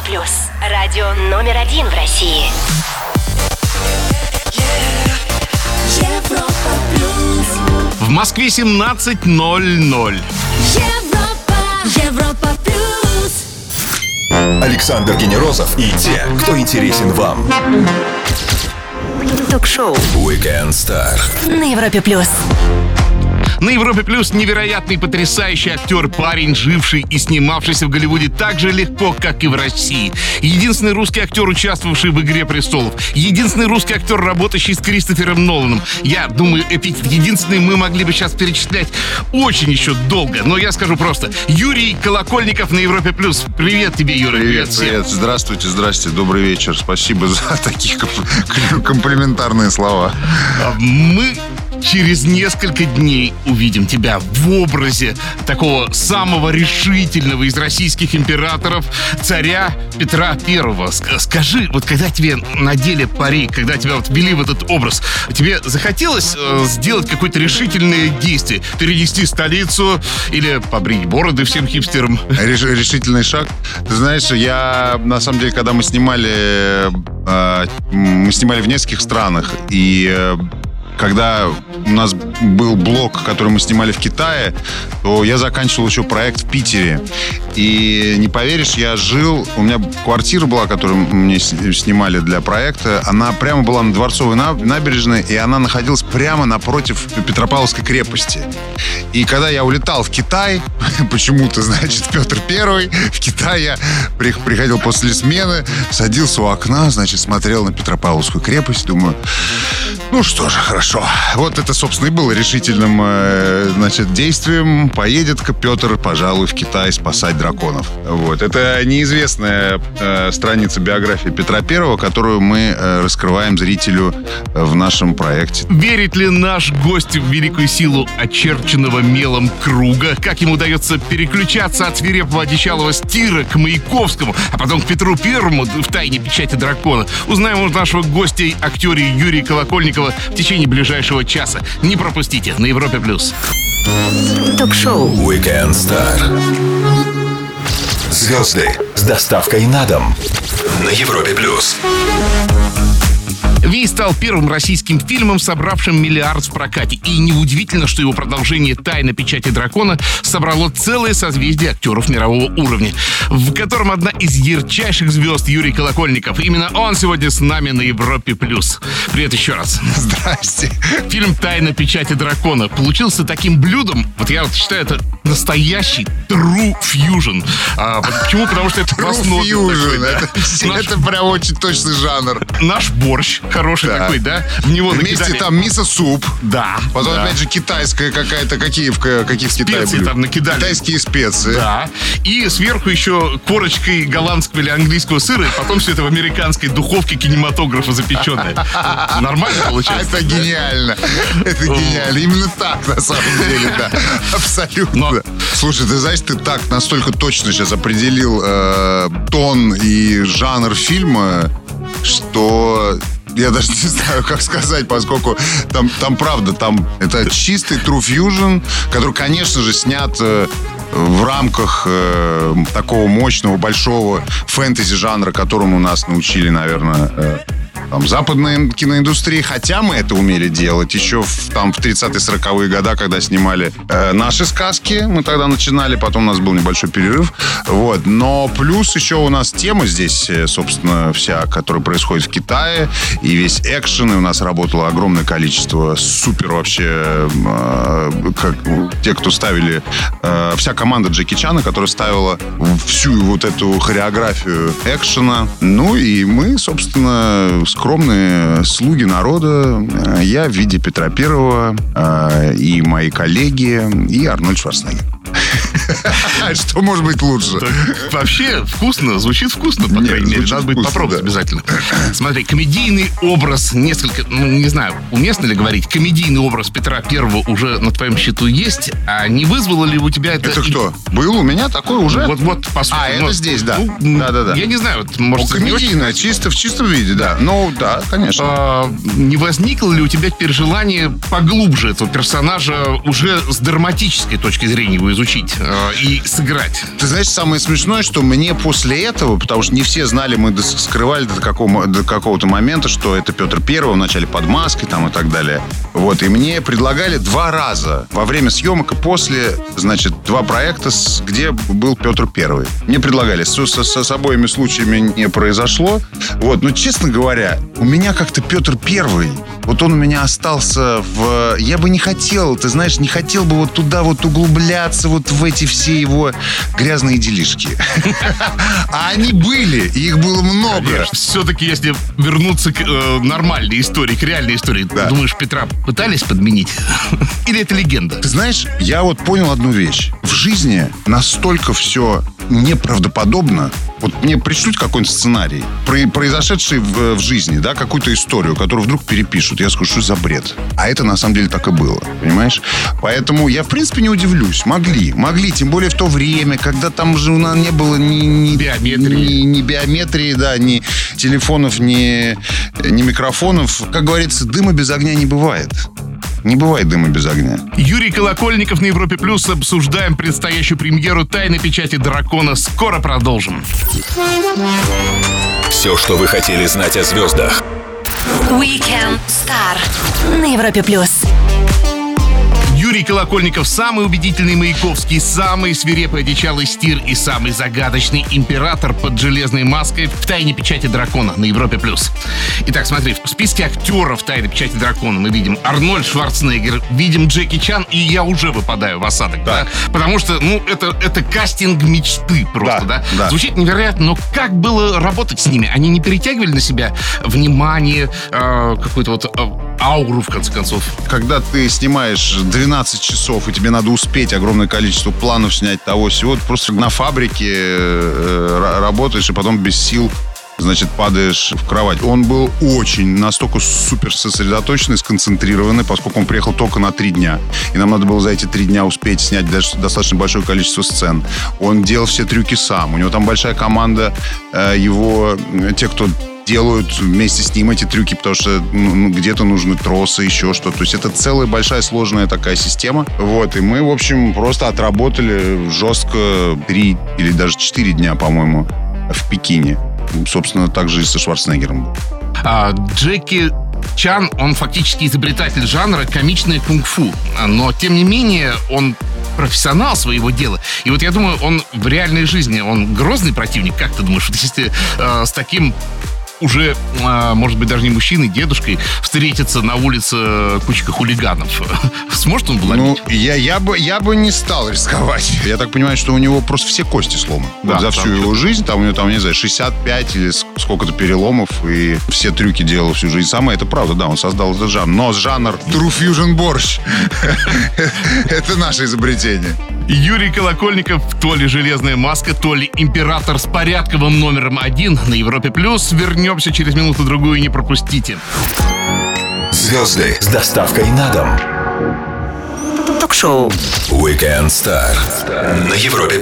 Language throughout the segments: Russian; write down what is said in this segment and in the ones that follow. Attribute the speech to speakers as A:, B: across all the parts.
A: Плюс. Радио номер 1 в России. Европа Плюс.
B: В Москве 17:00.
A: Европа Плюс.
C: Александр Генерозов и те, кто интересен вам.
A: Ток-шоу
C: Weekend Star
A: на Европе Плюс.
B: На Европе Плюс невероятный, потрясающий актер, парень, живший и снимавшийся в Голливуде так же легко, как и в России. Единственный русский актер, участвовавший в «Игре престолов». Единственный русский актер, работающий с Кристофером Ноланом. Я думаю, эпитет единственный мы могли бы сейчас перечислять очень еще долго. Но я скажу просто. Юрий Колокольников на Европе Плюс. Привет тебе, Юра.
D: Привет. Здравствуйте, добрый вечер. Спасибо за такие комплиментарные слова.
B: Мы через несколько дней увидим тебя в образе такого самого решительного из российских императоров, царя Петра Первого. Скажи, вот когда тебе надели парик, когда тебя вот ввели в этот образ, тебе захотелось сделать какое-то решительное действие? Перенести столицу или побрить бороды всем хипстерам?
D: Решительный шаг. Ты знаешь, я, на самом деле, когда мы снимали в нескольких странах, и когда у нас был блок, который мы снимали в Китае, то я заканчивал еще проект в Питере. И не поверишь, у меня квартира была, которую мне снимали для проекта, она прямо была на Дворцовой набережной, и она находилась прямо напротив Петропавловской крепости. И когда я улетал в Китай, почему-то, значит, Петр Первый, в Китай я приходил после смены, садился у окна, значит, смотрел на Петропавловскую крепость, думаю, ну что же, хорошо. Вот это, собственно, и было решительным, значит, действием. Поедет-ка Петр, пожалуй, в Китай спасать драконов. Вот. Это неизвестная страница биографии Петра Первого, которую мы раскрываем зрителю в нашем проекте.
B: Верит ли наш гость в великую силу очерченного мелом круга? Как ему удается переключаться от свирепого одичалого Стира к Маяковскому, а потом к Петру Первому в «Тайне печати дракона»? Узнаем у нашего гостя, актере Юрия Колокольникова, в течение ближайшего часа. Не пропустите на Европе Плюс.
A: Ток-шоу
C: Weekend Star. Звезды с доставкой на дом на Европе Плюс.
B: «Вий» стал первым российским фильмом, собравшим миллиард в прокате. И неудивительно, что его продолжение «Тайна печати дракона» собрало целое созвездие актеров мирового уровня, в котором одна из ярчайших звезд Юрий Колокольников. Именно он сегодня с нами на Европе Плюс. Привет еще раз.
D: Здрасте.
B: Фильм «Тайна печати дракона» получился таким блюдом. Вот я считаю, это настоящий true fusion. Почему? Потому что это
D: True fusion. Это прям очень точный жанр.
B: Наш борщ хороший такой, да? В него
D: вместе
B: накидали...
D: там мисо-суп.
B: Да.
D: Потом,
B: да.
D: опять же, китайская какая-то. Какие в Китае
B: специи
D: были?
B: там накидали.
D: Китайские специи.
B: Да. И сверху еще корочкой голландского или английского сыра, и потом все это в американской духовке кинематографа запеченное. Нормально получается?
D: Это гениально. Это гениально. Именно так, на самом деле, да. Абсолютно. Слушай, ты знаешь, ты так настолько точно сейчас определил тон и жанр фильма, что... Я даже не знаю, как сказать, поскольку там правда, там это чистый true fusion, который, конечно же, снят в рамках такого мощного, большого фэнтези-жанра, которому нас научили, наверное, западная киноиндустрия, хотя мы это умели делать еще в 30-40-е годы, когда снимали наши сказки. Мы тогда начинали, потом у нас был небольшой перерыв. Вот. Но плюс еще у нас тема здесь, собственно, вся, которая происходит в Китае, и весь экшен, и у нас работало огромное количество супер вообще, те, кто ставили, вся команда Джеки Чана, которая ставила всю вот эту хореографию экшена. Ну и мы, собственно, скромные слуги народа. Я в виде Петра Первого, и мои коллеги, и Арнольд Шварценеггер. Что может быть лучше?
B: Вообще вкусно, звучит вкусно, по крайней мере. Надо будет попробовать обязательно. Смотри, комедийный образ, не знаю, уместно ли говорить, комедийный образ Петра Первого уже на твоем счету есть, а не вызвало ли у тебя это...
D: Это кто? Был у меня такой уже?
B: Вот по сути.
D: Это здесь, да. Да.
B: Я не знаю, может...
D: Комедийное, в чистом виде, да. Ну, да, конечно.
B: Не возникло ли у тебя теперь желание поглубже этого персонажа уже с драматической точки зрения его изучить? изучить и сыграть.
D: Ты знаешь, самое смешное, что мне после этого, потому что не все знали, мы скрывали до какого-то момента, что это Петр Первый, в начале под маской там и так далее. Вот, и мне предлагали 2 раза во время съемок и после, значит, 2 проекта, где был Петр Первый. Мне предлагали, с обоими случаями не произошло. Вот, но, честно говоря, у меня как-то Петр Первый, вот он у меня остался в... Я бы не хотел, ты знаешь, не хотел бы вот туда вот углубляться вот в эти все его грязные делишки. А они были, и их было много.
B: Все-таки, если вернуться к нормальной истории, к реальной истории, думаешь, Петра пытались подменить? Или это легенда?
D: Ты знаешь, я вот понял одну вещь. В жизни настолько все неправдоподобно. Вот мне пришлют какой-нибудь сценарий, произошедший в жизни, да, какую-то историю, которую вдруг перепишут. Я скажу, что за бред? А это на самом деле так и было, понимаешь? Поэтому я, в принципе, не удивлюсь. Могли, тем более в то время, когда там уже у нас не было ни биометрии, да, ни телефонов, ни микрофонов. Как говорится, дыма без огня не бывает. Не бывает дыма без огня.
B: Юрий Колокольников на Европе Плюс. Обсуждаем предстоящую премьеру «Тайны печати дракона». Скоро продолжим.
C: Все, что вы хотели знать о звездах.
A: Weekend Star на Европе Плюс.
B: Юрий Колокольников, самый убедительный Маяковский, самый свирепый одичалый Стир и самый загадочный император под железной маской в «Тайне печати дракона» на Европе+. Итак, смотри, в списке актеров «Тайны печати дракона» мы видим Арнольд Шварценеггер, видим Джеки Чан, и я уже выпадаю в осадок, да? Потому что, это кастинг мечты просто, да? Звучит невероятно, но как было работать с ними? Они не перетягивали на себя внимание, какую-то вот ауру, в конце концов?
D: Когда ты снимаешь 12 часов, и тебе надо успеть огромное количество планов снять того всего, ты просто на фабрике работаешь, и потом без сил, значит, падаешь в кровать. Он был настолько супер сосредоточенный, сконцентрированный, поскольку он приехал только на 3 дня. И нам надо было за эти 3 дня успеть снять достаточно большое количество сцен. Он делал все трюки сам. У него там большая команда, те, кто делают вместе с ним эти трюки, потому что где-то нужны тросы, еще что-то. То есть это целая большая сложная такая система. Вот, и мы, в общем, просто отработали жестко 3 или даже 4 дня, по-моему, в Пекине. Собственно, так же и со Шварценеггером был.
B: Джеки Чан, он фактически изобретатель жанра комичное кунг-фу. Но, тем не менее, он профессионал своего дела. И вот я думаю, он в реальной жизни, он грозный противник. Как ты думаешь, вот если с таким уже, может быть, даже не мужчиной, дедушкой встретиться на улице кучка хулиганов, сможет он было бить?
D: Я бы не стал рисковать. Я так понимаю, что у него просто все кости сломаны. Да, за всю его жизнь, у него, не знаю, 65 или сколько-то переломов, и все трюки делал всю жизнь сам. И это правда, да, он создал этот жанр. Но жанр True Fusion борщ — это наше изобретение.
B: Юрий Колокольников, то ли железная маска, то ли император с порядковым номером 1 на Европе+. Вернемся через минуту-другую, не пропустите.
C: Звезды с доставкой на дом.
A: Ток-шоу
C: Weekend Star на Европе+.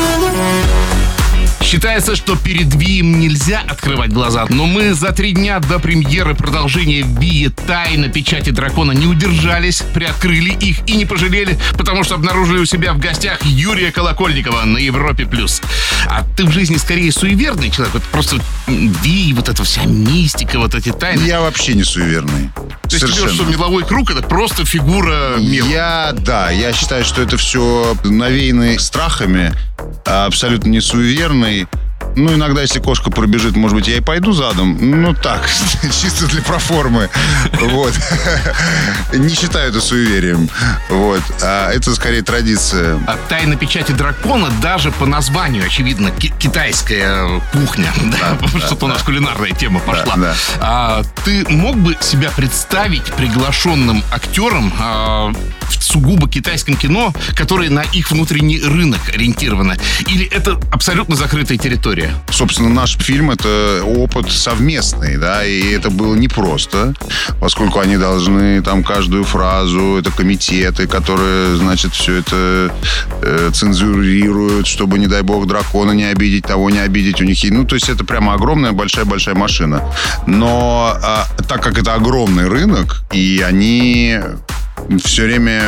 B: Считается, что перед Вием нельзя открывать глаза, но мы за 3 дня до премьеры продолжения Вия «Тайна печати дракона» не удержались, приоткрыли их и не пожалели, потому что обнаружили у себя в гостях Юрия Колокольникова на Европе+. А ты в жизни скорее суеверный человек? Вот просто Вий, вот эта вся мистика, вот эти тайны.
D: Я вообще не суеверный.
B: То есть тебе, что меловой круг — это просто фигура мира?
D: Я считаю, что это все навеяно страхами, абсолютно не суеверный. Иногда, если кошка пробежит, может быть, я и пойду задом. Так, чисто для проформы. Вот. Не считаю это суеверием. Вот. А это скорее традиция.
B: «Тайна печати дракона» даже по названию, очевидно, китайская кухня. Что-то у нас кулинарная тема пошла. Ты мог бы себя представить приглашенным актером в сугубо китайском кино, которое на их внутренний рынок ориентировано? Или это абсолютно закрытая территория?
D: Собственно, наш фильм — это опыт совместный, да, и это было непросто, поскольку они должны там каждую фразу, это комитеты, которые, значит, все это цензурируют, чтобы, не дай бог, дракона не обидеть, того не обидеть, у них, то есть это прямо огромная, большая-большая машина. Но так как это огромный рынок, и они все время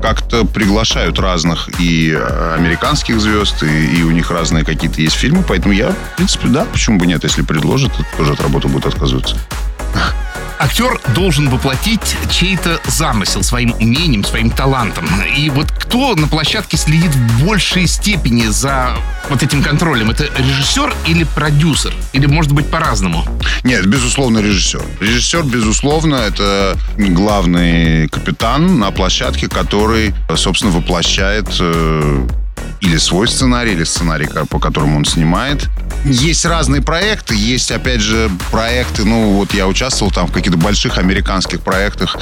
D: как-то приглашают разных и американских звезд, и у них разные какие-то есть фильмы. Поэтому я, в принципе, да, почему бы нет, если предложат, то тоже от работы будут отказываться.
B: Актер должен воплотить чей-то замысел своим умением, своим талантом. И вот кто на площадке следит в большей степени за вот этим контролем? Это режиссер или продюсер? Или, может быть, по-разному?
D: Нет, безусловно, режиссер. Режиссер, безусловно, это главный капитан на площадке, который, собственно, воплощает или свой сценарий, или сценарий, по которому он снимает. Есть разные проекты, есть, опять же, проекты, вот я участвовал там в каких-то больших американских проектах,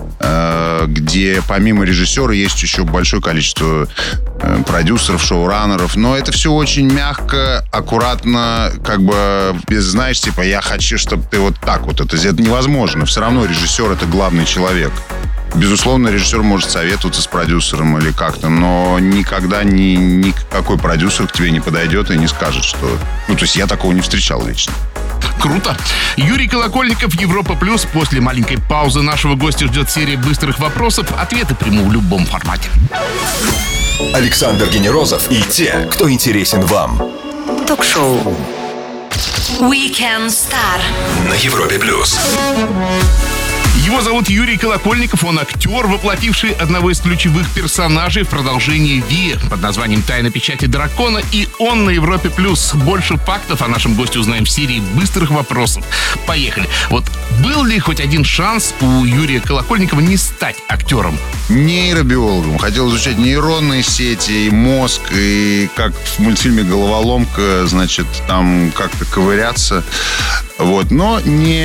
D: где помимо режиссера есть еще большое количество продюсеров, шоураннеров, но это все очень мягко, аккуратно, без, знаешь, типа, я хочу, чтобы ты вот так вот, это невозможно. Все равно режиссер — это главный человек. Безусловно, режиссер может советоваться с продюсером или как-то, но никогда никакой продюсер к тебе не подойдет и не скажет, что... то есть я такого не встречал лично.
B: Круто. Юрий Колокольников, Европа Плюс. После маленькой паузы нашего гостя ждет серия быстрых вопросов. Ответы приму в любом формате.
C: Александр Генерозов и те, кто интересен вам.
A: Ток-шоу Weekend Star
C: На Европе Плюс.
B: Его зовут Юрий Колокольников, он актер, воплотивший одного из ключевых персонажей в продолжении Ви под названием «Тайна печати дракона», и он на Европе+. Больше фактов о нашем госте узнаем в серии быстрых вопросов. Поехали. Вот был ли хоть один шанс у Юрия Колокольникова не стать актером?
D: Нейробиологом. Хотел изучать нейронные сети и мозг, и как в мультфильме «Головоломка», значит, там как-то ковыряться. Но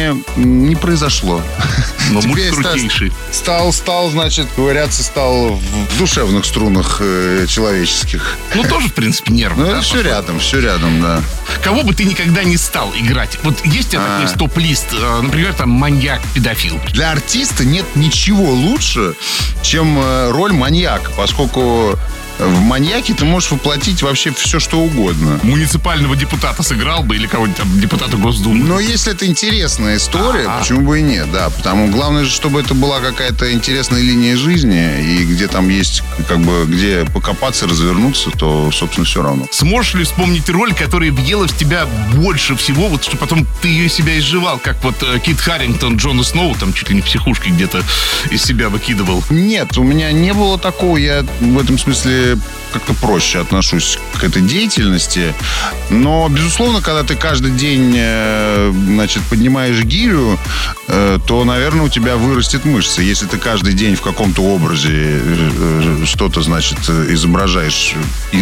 D: не произошло.
B: Но мульт крутейший.
D: Стал, значит, ковыряться стал в душевных струнах человеческих.
B: Тоже, в принципе, нервно.
D: Это все рядом, да.
B: Кого бы ты никогда не стал играть? Вот есть у тебя такой стоп-лист, например, там маньяк, педофил?
D: Для артиста нет ничего лучше, чем роль маньяка, поскольку в маньяке ты можешь воплотить вообще все, что угодно.
B: Муниципального депутата сыграл бы или кого-нибудь там, депутата Госдумы.
D: Но если это интересная история, почему бы и нет, да. Потому главное же, чтобы это была какая-то интересная линия жизни, и где там есть, где покопаться, развернуться, то, собственно, все равно.
B: Сможешь ли вспомнить роль, которая въелась в тебя больше всего, что потом ты ее себя изживал, как Кит Харингтон, Джона Сноу, там чуть ли не в психушке где-то из себя выкидывал?
D: Нет, у меня не было такого. Я в этом смысле как-то проще отношусь к этой деятельности. Но, безусловно, когда ты каждый день, поднимаешь гирю, то, наверное, у тебя вырастет мышца. Если ты каждый день в каком-то образе что-то, изображаешь и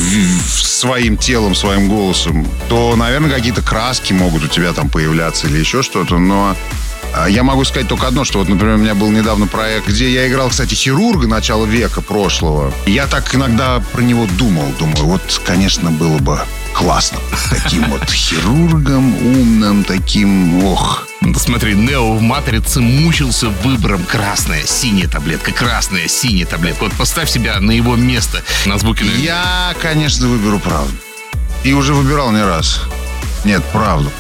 D: своим телом, своим голосом, то, наверное, какие-то краски могут у тебя там появляться или еще что-то. Но я могу сказать только одно, что например, у меня был недавно проект, где я играл, кстати, хирурга начала века прошлого. Я так иногда про него думаю, конечно, было бы классно. Таким хирургом умным, таким,
B: Смотри, Нео в «Матрице» мучился выбором красная, синяя таблетка, красная, синяя таблетка. Поставь себя на его место на звуке.
D: Я, конечно, выберу правду. И уже выбирал не раз. Нет, правду.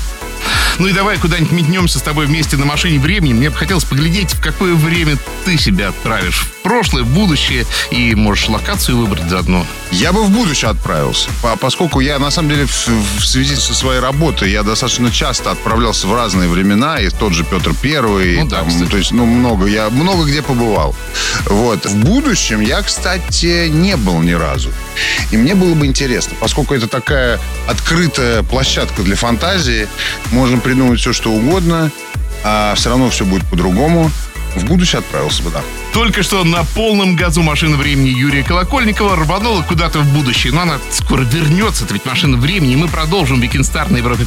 B: И давай куда-нибудь метнемся с тобой вместе на машине времени. Мне бы хотелось поглядеть, в какое время ты себя отправишь. В прошлое, в будущее. И можешь локацию выбрать заодно.
D: Я бы в будущее отправился. Поскольку я, на самом деле, в связи со своей работой, я достаточно часто отправлялся в разные времена. И тот же Петр Первый. То есть, я много где побывал. В будущем я, кстати, не был ни разу. И мне было бы интересно, поскольку это такая открытая площадка для фантазии, можно придумать все, что угодно, а все равно все будет по-другому. В будущее отправился бы, да.
B: Только что на полном газу машина времени Юрия Колокольникова рванула куда-то в будущее. Но она скоро вернется, это ведь машина времени. И мы продолжим Weekend Star на Европе+.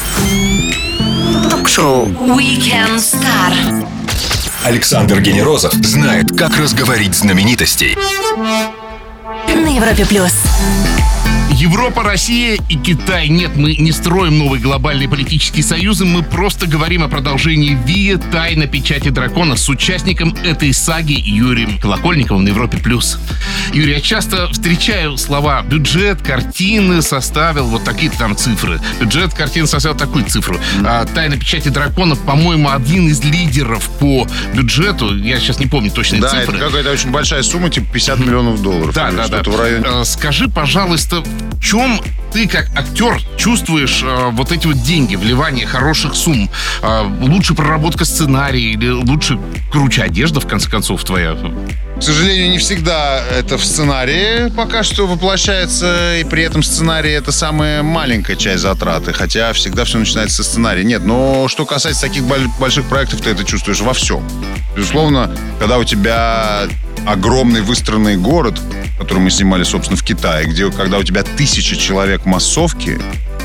A: Ток-шоу Weekend Star.
C: Александр Генерозов знает, как разговорить знаменитостей.
A: На Европе+.
B: Европа, Россия и Китай. Нет, мы не строим новые глобальные политические союзы, мы просто говорим о продолжении ВИА «Тайна печати дракона» с участником этой саги Юрием Колокольниковым на Европе+. Юрий, я часто встречаю слова «бюджет картины составил вот такие-то там цифры», «бюджет картины составил такую цифру». «Тайна печати дракона», по-моему, один из лидеров по бюджету, я сейчас не помню точные цифры.
D: Да, это какая-то очень большая сумма, типа $50 миллионов.
B: Да.
D: В районе.
B: Скажи, пожалуйста, в чем ты как актер чувствуешь вот эти вот деньги, вливание хороших сумм? Лучше проработка сценария или лучше круче одежда, в конце концов, твоя?
D: К сожалению, не всегда это в сценарии пока что воплощается, и при этом сценарий — это самая маленькая часть затраты, хотя всегда все начинается со сценария. Нет, но что касается таких больших проектов, ты это чувствуешь во всем. Безусловно, когда у тебя огромный выстроенный город, который мы снимали, собственно, в Китае, когда у тебя 1000 человек массовки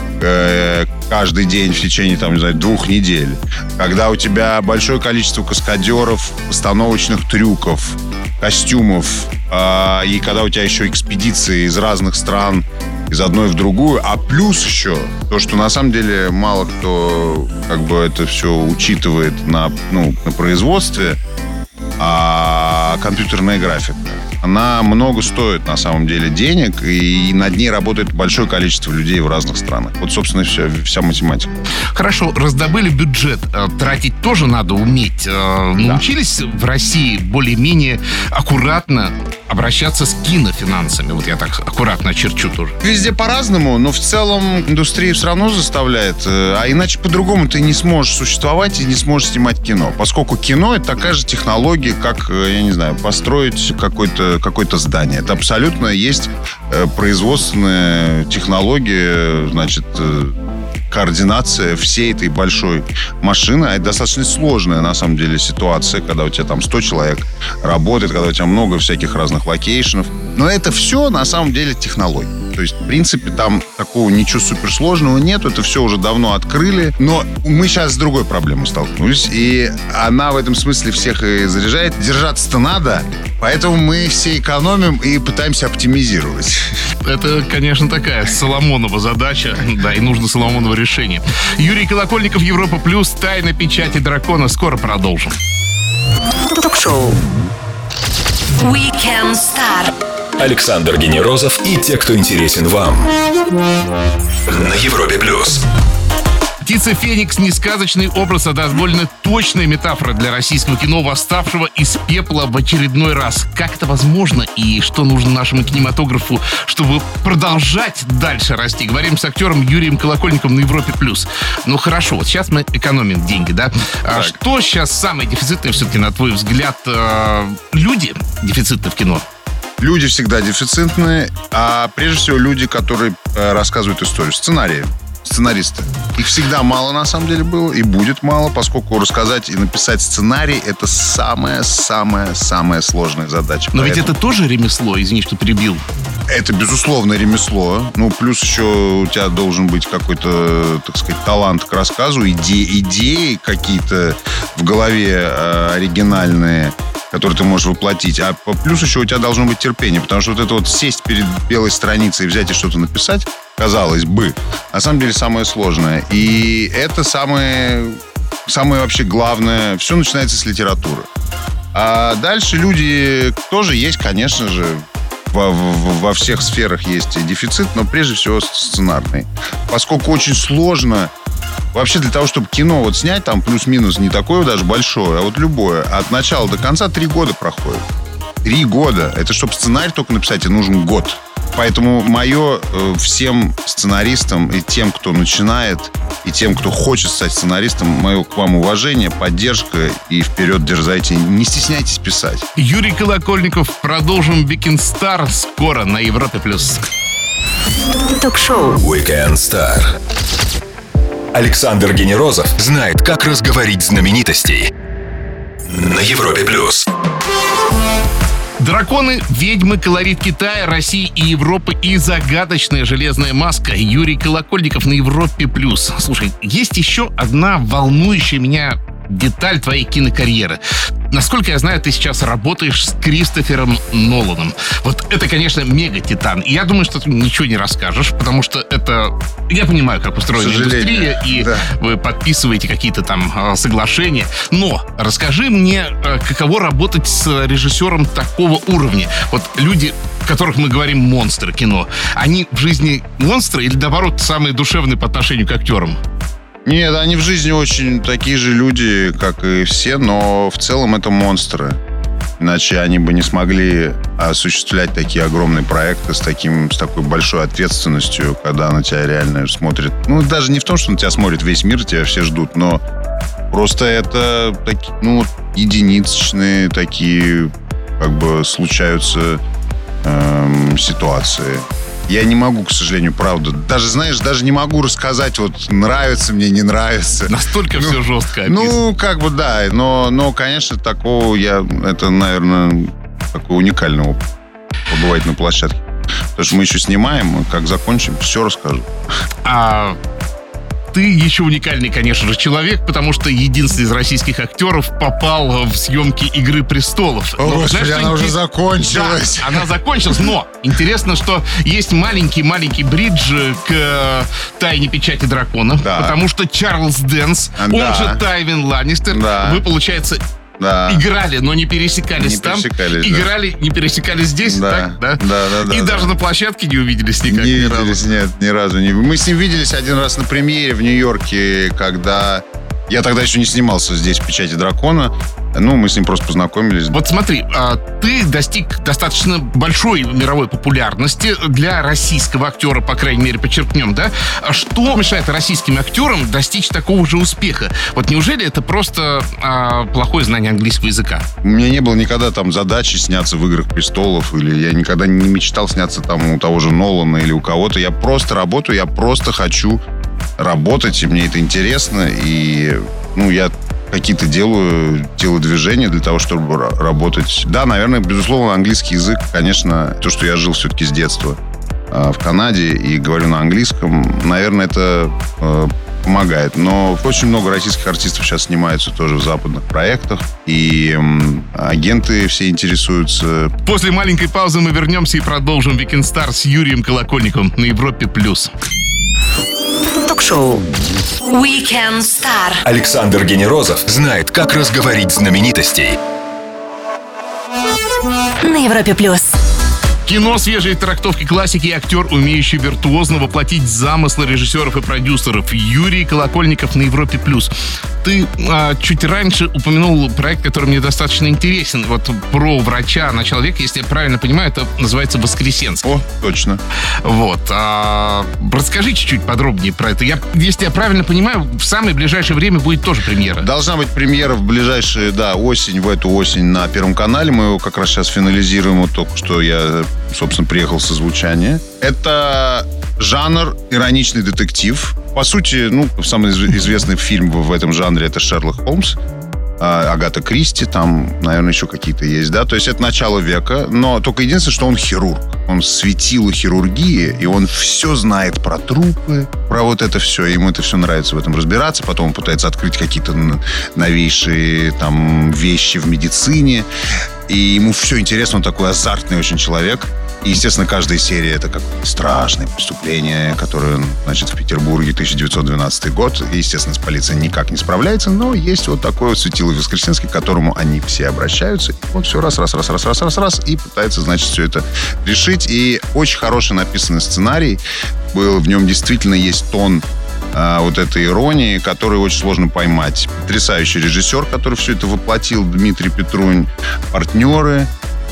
D: каждый день в течение, 2 недель, когда у тебя большое количество каскадеров, постановочных трюков, костюмов, и когда у тебя еще экспедиции из разных стран, из одной в другую, а плюс еще то, что на самом деле мало кто это все учитывает на производстве, а компьютерная графика. Она много стоит, на самом деле, денег, и над ней работает большое количество людей в разных странах. Вот, собственно, вся математика.
B: Хорошо, раздобыли бюджет. Тратить тоже надо уметь. Научились в России более-менее аккуратно обращаться с кинофинансами? Вот я так аккуратно очерчу тоже.
D: Везде по-разному, но в целом индустрия все равно заставляет. А иначе по-другому ты не сможешь существовать и не сможешь снимать кино. Поскольку кино — это такая же технология, как, построить какое-то здание. Это абсолютно есть производственная технология, координация всей этой большой машины. А это достаточно сложная, на самом деле, ситуация, когда у тебя там 100 человек работает, когда у тебя много всяких разных локейшенов. Но это все, на самом деле, технология. То есть, в принципе, там такого ничего суперсложного нет. Это все уже давно открыли. Но мы сейчас с другой проблемой столкнулись. И она в этом смысле всех и заряжает. Держаться-то надо. Поэтому мы все экономим и пытаемся оптимизировать.
B: Это, конечно, такая Соломонова задача. Да, и нужно Соломоново решение. Юрий Колокольников, Европа+, «Тайна печати дракона». Скоро продолжим.
A: Ток-шоу Weekend Star.
C: Александр Генерозов и те, кто интересен вам. На Европе+.
B: «Птица Феникс» — не сказочный образ, а довольно точная метафора для российского кино, восставшего из пепла в очередной раз. Как это возможно и что нужно нашему кинематографу, чтобы продолжать дальше расти? Говорим с актером Юрием Колокольниковым на Европе+. Ну хорошо, вот сейчас мы экономим деньги, да? А что сейчас самое дефицитное все-таки, на твой взгляд? Люди дефицитны в кино?
D: Люди всегда дефицитные, а прежде всего люди, которые рассказывают историю. Сценаристы. Их всегда мало, на самом деле, было, и будет мало, поскольку рассказать и написать сценарий — это самая сложная задача.
B: Но ведь это тоже ремесло, извини, что перебил.
D: Это, безусловно, ремесло. Плюс еще у тебя должен быть какой-то, талант к рассказу, идеи какие-то в голове оригинальные, которые ты можешь воплотить. А плюс еще у тебя должно быть терпение, потому что вот это вот сесть перед белой страницей и взять и что-то написать, казалось бы, на самом деле самое сложное. И это самое вообще главное. Все начинается с литературы. А дальше люди тоже есть, конечно же. Во всех сферах есть дефицит, но прежде всего сценарный. Поскольку очень сложно. Вообще для того, чтобы кино снять, там плюс-минус не такое даже большое, а вот любое, от начала до конца 3 года проходит. 3 года. Это чтобы сценарий только написать, и нужен год. Поэтому мое всем сценаристам и тем, кто начинает, и тем, кто хочет стать сценаристом, мое к вам уважение, поддержка и вперед дерзайте. Не стесняйтесь писать.
B: Юрий Колокольников. Продолжим Weekend Star скоро на Европе+.
A: Ток-шоу
C: Weekend Star. Александр Генерозов знает, как разговорить знаменитостей на Европе+.
B: Драконы, ведьмы, колорит Китая, России и Европы и загадочная железная маска. Юрий Колокольников на Европе+. Слушай, есть еще одна волнующая меня деталь твоей кинокарьеры. насколько я знаю, ты сейчас работаешь с Кристофером Ноланом. Вот это, конечно, мега-титан. И я думаю, что ты ничего не расскажешь, потому что это... Я понимаю, как устроена индустрия, и вы подписываете какие-то там соглашения. Но расскажи мне, каково работать с режиссером такого уровня. Вот люди, о которых мы говорим монстры кино, они в жизни монстры или, наоборот, самые душевные по отношению к актерам?
D: Нет, они в жизни очень такие же люди, как и все, но в целом это монстры. Иначе они бы не смогли осуществлять такие огромные проекты с такой большой ответственностью, когда на тебя реально смотрит. Ну, даже не в том, что на тебя смотрит весь мир, тебя все ждут, но просто это такие, единичные такие, как бы, случаются ситуации. Я не могу, к сожалению, правда. Даже не могу рассказать, вот нравится мне, не нравится.
B: Настолько все жестко описано.
D: Да. Но, конечно, это, наверное, такой уникальный опыт. Побывать на площадке. Потому что мы еще снимаем, и как закончим, все расскажу.
B: Ты еще уникальный, конечно же, человек, потому что единственный из российских актеров попал в съемки «Игры престолов».
D: О, Господи, она уже закончилась.
B: Да, она закончилась, но интересно, что есть маленький бридж к «Тайне печати дракона», потому что Чарльз Дэнс, он же Тайвин Ланнистер, вы, получается... играли, но не пересекались там. Играли, не пересекались здесь.
D: Да.
B: Так? Да. И даже на площадке не увиделись никак.
D: Не виделись, нет, ни разу не. Мы с ним виделись один раз на премьере в Нью-Йорке, когда... Я тогда еще не снимался здесь в «Печати дракона». Мы с ним просто познакомились.
B: Вот смотри, ты достиг достаточно большой мировой популярности для российского актера, по крайней мере, подчеркнем, да? Что мешает российским актерам достичь такого же успеха? Вот неужели это просто плохое знание английского языка?
D: У меня не было никогда там задачи сняться в «Играх престолов», или я никогда не мечтал сняться там у того же Нолана или у кого-то. Я просто работаю, я просто хочу работать, и мне это интересно, и я какие-то делаю телодвижения для того, чтобы работать. Да, наверное, безусловно, английский язык, конечно, то, что я жил все-таки с детства в Канаде и говорю на английском, наверное, это помогает. Но очень много российских артистов сейчас снимаются тоже в западных проектах, и агенты все интересуются.
B: После маленькой паузы мы вернемся и продолжим Weekend Star с Юрием Колокольниковым на Европе+.
A: Ток-шоу Weekend Star.
C: Александр Генерозов знает, как разговорить знаменитостей.
A: На Европе+.
B: Кино, свежие трактовки классики и актер, умеющий виртуозно воплотить замыслы режиссеров и продюсеров. Юрий Колокольников на Европе+. Ты чуть раньше упомянул проект, который мне достаточно интересен. Вот про врача на человека, если я правильно понимаю, это называется «Воскресенск».
D: О, точно.
B: Вот. Расскажи чуть-чуть подробнее про это. Если я правильно понимаю, в самое ближайшее время будет тоже премьера.
D: Должна быть премьера в ближайшую, осень, в эту осень на Первом канале. Мы его как раз сейчас финализируем. Вот только что я, собственно, приехал с озвучания. Это жанр ироничный детектив. По сути, самый известный фильм в этом жанре — это «Шерлок Холмс». Агата Кристи, там, наверное, еще какие-то есть, да. То есть это начало века, но только единственное, что он хирург. Он светило хирургии, и он все знает про трупы, про вот это все. Ему это все нравится в этом разбираться. Потом он пытается открыть какие-то новейшие там вещи в медицине. И ему все интересно, он такой азартный очень человек. И, естественно, каждая серия — это какое-то страшное преступление, которое, в Петербурге, 1912 год. И, естественно, с полицией никак не справляется, но есть вот такое вот светило Воскресенский, к которому они все обращаются. И он все раз, и пытается, все это решить. И очень хороший написанный сценарий был. В нем действительно есть тон вот этой иронии, которую очень сложно поймать. Потрясающий режиссер, который все это воплотил, Дмитрий Петрунь, партнеры,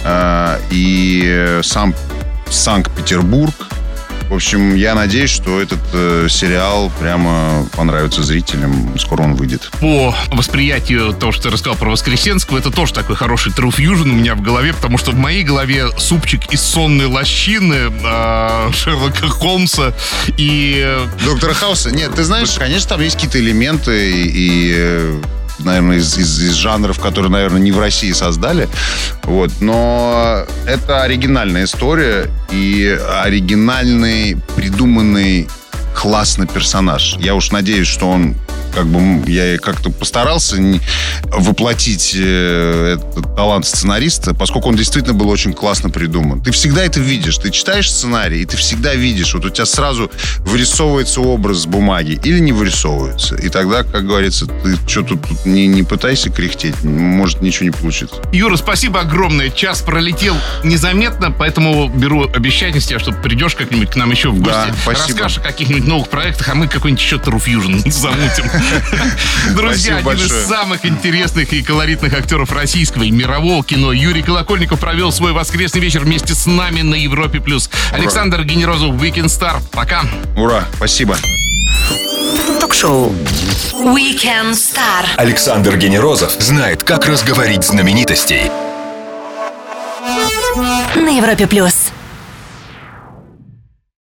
D: и сам Санкт-Петербург. В общем, я надеюсь, что этот сериал прямо понравится зрителям. Скоро он выйдет.
B: По восприятию того, что ты рассказал про Воскресенского, это тоже такой хороший True Fusion у меня в голове, потому что в моей голове супчик из «Сонной лощины», Шерлока Холмса и...
D: Доктора Хауса. Нет, ты знаешь, конечно, там есть какие-то элементы и наверное, из жанров, которые, наверное, не в России создали. Вот. Но это оригинальная история и оригинальный, придуманный классный персонаж. Я уж надеюсь, что он как бы я как-то постарался воплотить этот талант сценариста, поскольку он действительно был очень классно придуман. Ты всегда это видишь. Ты читаешь сценарий, и ты всегда видишь. Вот у тебя сразу вырисовывается образ с бумаги или не вырисовывается. И тогда, как говорится, ты что тут не пытайся кряхтеть. Может, ничего не получится.
B: Юра, спасибо огромное. Час пролетел незаметно, поэтому беру обещание с тебя, что придешь как-нибудь к нам еще в гости.
D: Да, спасибо.
B: Расскажешь о каких-нибудь новых проектах, а мы какой-нибудь еще True Fusion замутим. Друзья, один из самых интересных и колоритных актеров российского и мирового кино Юрий Колокольников провел свой воскресный вечер вместе с нами на Европе+. Александр Генерозов, Weekend Star. Пока.
D: Ура, спасибо.
A: Ток-шоу Weekend Star.
C: Александр Генерозов знает, как разговорить знаменитостей.
A: На Европе+.